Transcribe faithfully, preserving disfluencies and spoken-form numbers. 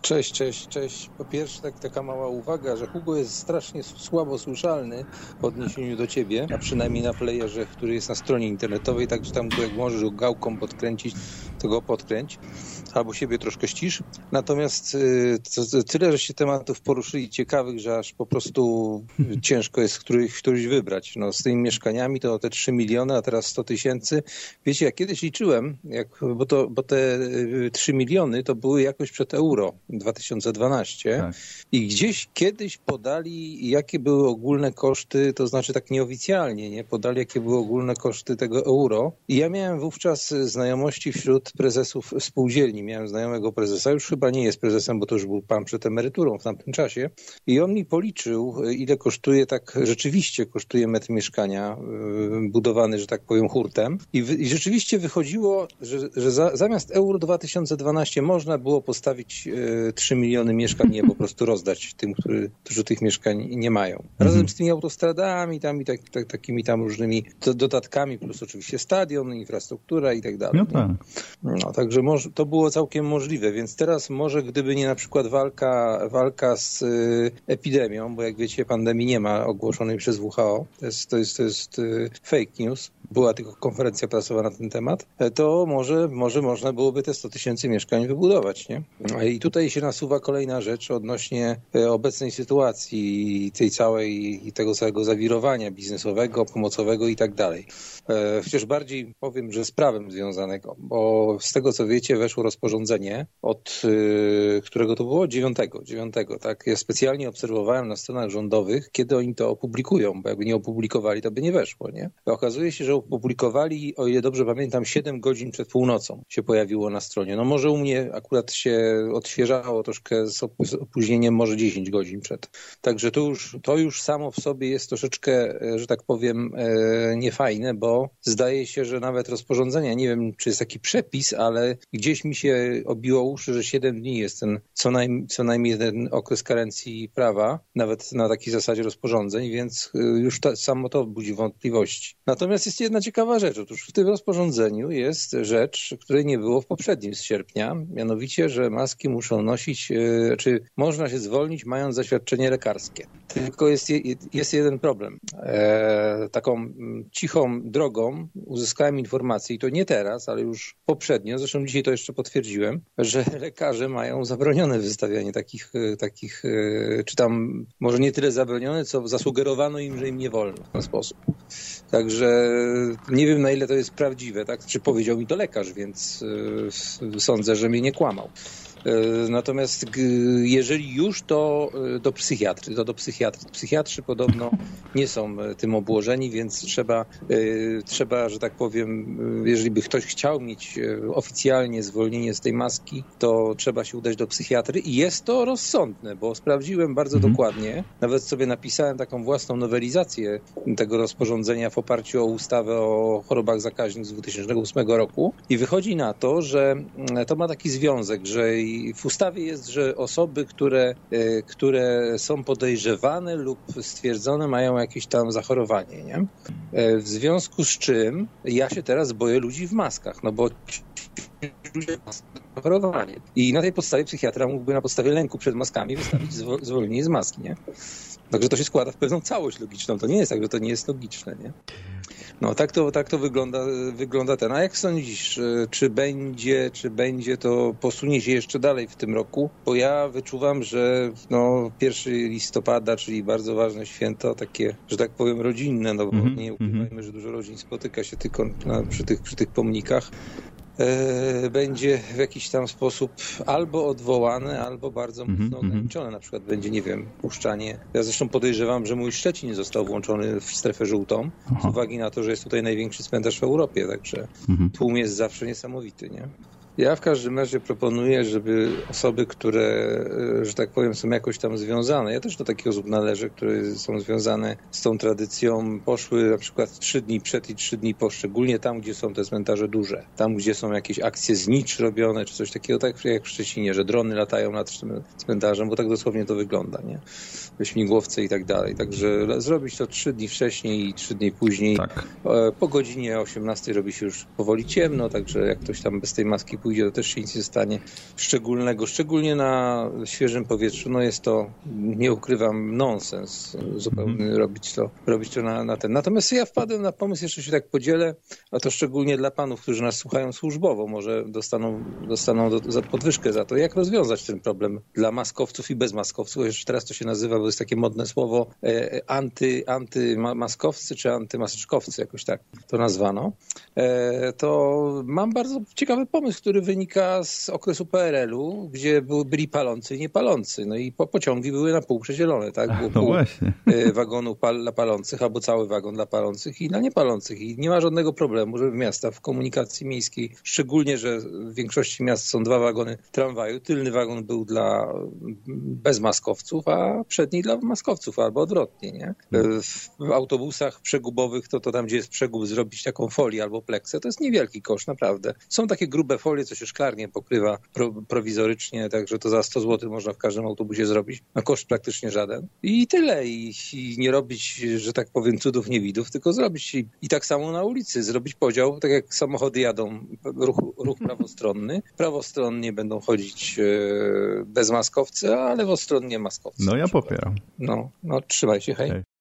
Cześć, cześć, cześć. Po pierwsze tak, taka mała uwaga, że Hugo jest strasznie słabo słyszalny w odniesieniu do ciebie, a przynajmniej na playerze, który jest na stronie internetowej, także tam jak możesz go gałką podkręcić, to go podkręć, albo siebie troszkę ścisz. Natomiast to, to tyle, żeście tematów poruszyli ciekawych, że aż po prostu ciężko jest któryś, któryś wybrać. No, z tymi mieszkaniami to te trzy miliony, a teraz sto tysięcy. Wiecie, ja kiedyś liczyłem, jak, bo, to, bo te trzy miliony to były jakoś przed euro dwa tysiące dwanaście tak. I gdzieś kiedyś podali, jakie były ogólne koszty, to znaczy tak nieoficjalnie, nie? Podali, jakie były ogólne koszty tego euro. I ja miałem wówczas znajomości wśród prezesów spółdzielni. Miałem znajomego prezesa, już chyba nie jest prezesem, bo to już był pan przed emeryturą w tamtym czasie. I on mi policzył, ile kosztuje tak, rzeczywiście kosztuje metr mieszkania yy, budowany, że tak powiem, hurtem. I, wy, i rzeczywiście wychodziło, że, że za, zamiast euro dwa tysiące dwanaście można było postawić yy, trzy miliony mieszkań, nie po prostu rozdać tym, który, którzy tych mieszkań nie mają. Razem mhm. z tymi autostradami tam i tak, tak, takimi tam różnymi dodatkami, plus oczywiście stadion, infrastruktura i tak dalej. No tak. No, także może, to było całkiem możliwe, więc teraz może gdyby nie na przykład walka, walka z y, epidemią, bo jak wiecie, pandemii nie ma ogłoszonej przez W H O, to jest, to jest, to jest y, fake news, była tylko konferencja prasowa na ten temat, to może, może można byłoby te sto tysięcy mieszkań wybudować, nie? I tutaj się nasuwa kolejna rzecz odnośnie obecnej sytuacji tej całej, tego całego zawirowania biznesowego, pomocowego i tak dalej. Chociaż bardziej powiem, że z prawem związanego, bo z tego co wiecie weszło rozporządzenie od którego to było? Dziewiątego, dziewiątego, tak? Ja specjalnie obserwowałem na stronach rządowych, kiedy oni to opublikują, bo jakby nie opublikowali, to by nie weszło, nie? Okazuje się, że opublikowali, o ile dobrze pamiętam, siedem godzin przed północą się pojawiło na stronie. No może u mnie akurat się odświeżało troszkę z opóźnieniem, może dziesięć godzin przed. Także to już, to już samo w sobie jest troszeczkę, że tak powiem, niefajne, bo zdaje się, że nawet rozporządzenia, nie wiem, czy jest taki przepis, ale gdzieś mi się obiło uszy, że siedem dni jest ten co, najm, co najmniej ten okres karencji prawa, nawet na takiej zasadzie rozporządzeń, więc już ta, samo to budzi wątpliwości. Natomiast jest jedna ciekawa rzecz. Otóż w tym rozporządzeniu jest rzecz, której nie było w poprzednim z sierpnia, mianowicie, że maski muszą nosić, czy można się zwolnić mając zaświadczenie lekarskie. Tylko jest, jest jeden problem. E, taką cichą drogą uzyskałem informację, i to nie teraz, ale już poprzednio, zresztą dzisiaj to jeszcze potwierdziłem, że lekarze mają zabronione wystawianie takich, takich czy tam może nie tyle zabronione, co zasugerowano im, że im nie wolno w ten sposób. Także nie wiem, na ile to jest prawdziwe, tak? Czy powiedział mi to lekarz, więc yy, sądzę, że mnie nie kłamał. Natomiast jeżeli już, to do psychiatry, to do psychiatry. Psychiatrzy podobno nie są tym obłożeni, więc trzeba, trzeba, że tak powiem, jeżeli by ktoś chciał mieć oficjalnie zwolnienie z tej maski, to trzeba się udać do psychiatry i jest to rozsądne, bo sprawdziłem bardzo mhm. dokładnie, nawet sobie napisałem taką własną nowelizację tego rozporządzenia w oparciu o ustawę o chorobach zakaźnych z dwa tysiące ósmego roku i wychodzi na to, że to ma taki związek, że w ustawie jest, że osoby, które, które są podejrzewane lub stwierdzone mają jakieś tam zachorowanie, nie? W związku z czym ja się teraz boję ludzi w maskach, no bo ludzie mają zachorowanie. I na tej podstawie psychiatra mógłby na podstawie lęku przed maskami wystawić zwolnienie z maski, nie? Także to się składa w pewną całość logiczną. To nie jest tak, że to nie jest logiczne, nie? No tak to, tak to wygląda, wygląda ten. A jak sądzisz, czy będzie, czy będzie to posunie się jeszcze dalej w tym roku? Bo ja wyczuwam, że no pierwszego listopada, czyli bardzo ważne święto, takie, że tak powiem, rodzinne, no bo mm-hmm. nie ukrywajmy, że dużo rodzin spotyka się tylko na, przy, tych, przy tych pomnikach, e, będzie w jakiś tam sposób albo odwołane, albo bardzo mocno mm-hmm. ograniczone. Na przykład będzie, nie wiem, puszczanie. Ja zresztą podejrzewam, że mój Szczecin został włączony w strefę żółtą, Aha. z uwagi na to, że jest tutaj największy cmentarz w Europie, także mm-hmm. tłum jest zawsze niesamowity, nie? Ja w każdym razie proponuję, żeby osoby, które, że tak powiem, są jakoś tam związane, ja też do takich osób należę, które są związane z tą tradycją, poszły na przykład trzy dni przed i trzy dni po, szczególnie tam, gdzie są te cmentarze duże, tam, gdzie są jakieś akcje znicz robione, czy coś takiego, tak jak w Szczecinie, że drony latają nad cmentarzem, bo tak dosłownie to wygląda, nie? Śmigłowce i tak dalej. Także zrobić to trzy dni wcześniej i trzy dni później. Tak. Po godzinie osiemnastej robi się już powoli ciemno, także jak ktoś tam bez tej maski pójdzie, to też się nic nie stanie szczególnego. Szczególnie na świeżym powietrzu, no jest to, nie ukrywam, nonsens zupełnie mm. robić to, robić to na, na ten. Natomiast ja wpadłem na pomysł, jeszcze się tak podzielę, a to szczególnie dla panów, którzy nas słuchają służbowo, może dostaną, dostaną do, za podwyżkę za to, jak rozwiązać ten problem dla maskowców i bezmaskowców. Jeszcze teraz to się nazywa, bo jest takie modne słowo e, anty, antymaskowcy czy antymaseczkowcy, jakoś tak to nazwano. E, to mam bardzo ciekawy pomysł, który wynika z okresu P R L-u, gdzie były, byli palący i niepalący. No i po, pociągi były na pół przedzielone, tak? Było no pół właśnie. wagonu pal, dla palących, albo cały wagon dla palących i dla niepalących. I nie ma żadnego problemu, żeby miasta w komunikacji miejskiej, szczególnie, że w większości miast są dwa wagony tramwaju, tylny wagon był dla bezmaskowców, a przedni dla maskowców, albo odwrotnie, nie? W autobusach przegubowych, to, to tam, gdzie jest przegub, zrobić taką folię albo pleksę, to jest niewielki koszt, naprawdę. Są takie grube folie, co się szklarnie pokrywa pro, prowizorycznie, także to za sto złotych można w każdym autobusie zrobić, a koszt praktycznie żaden. I tyle. I, i nie robić, że tak powiem, cudów niewidów, tylko zrobić i, i tak samo na ulicy, zrobić podział, tak jak samochody jadą, ruch, ruch prawostronny. Prawostronnie będą chodzić e, bezmaskowcy, a lewostronnie maskowcy. No ja popieram. No, no trzymaj się, hej. hej.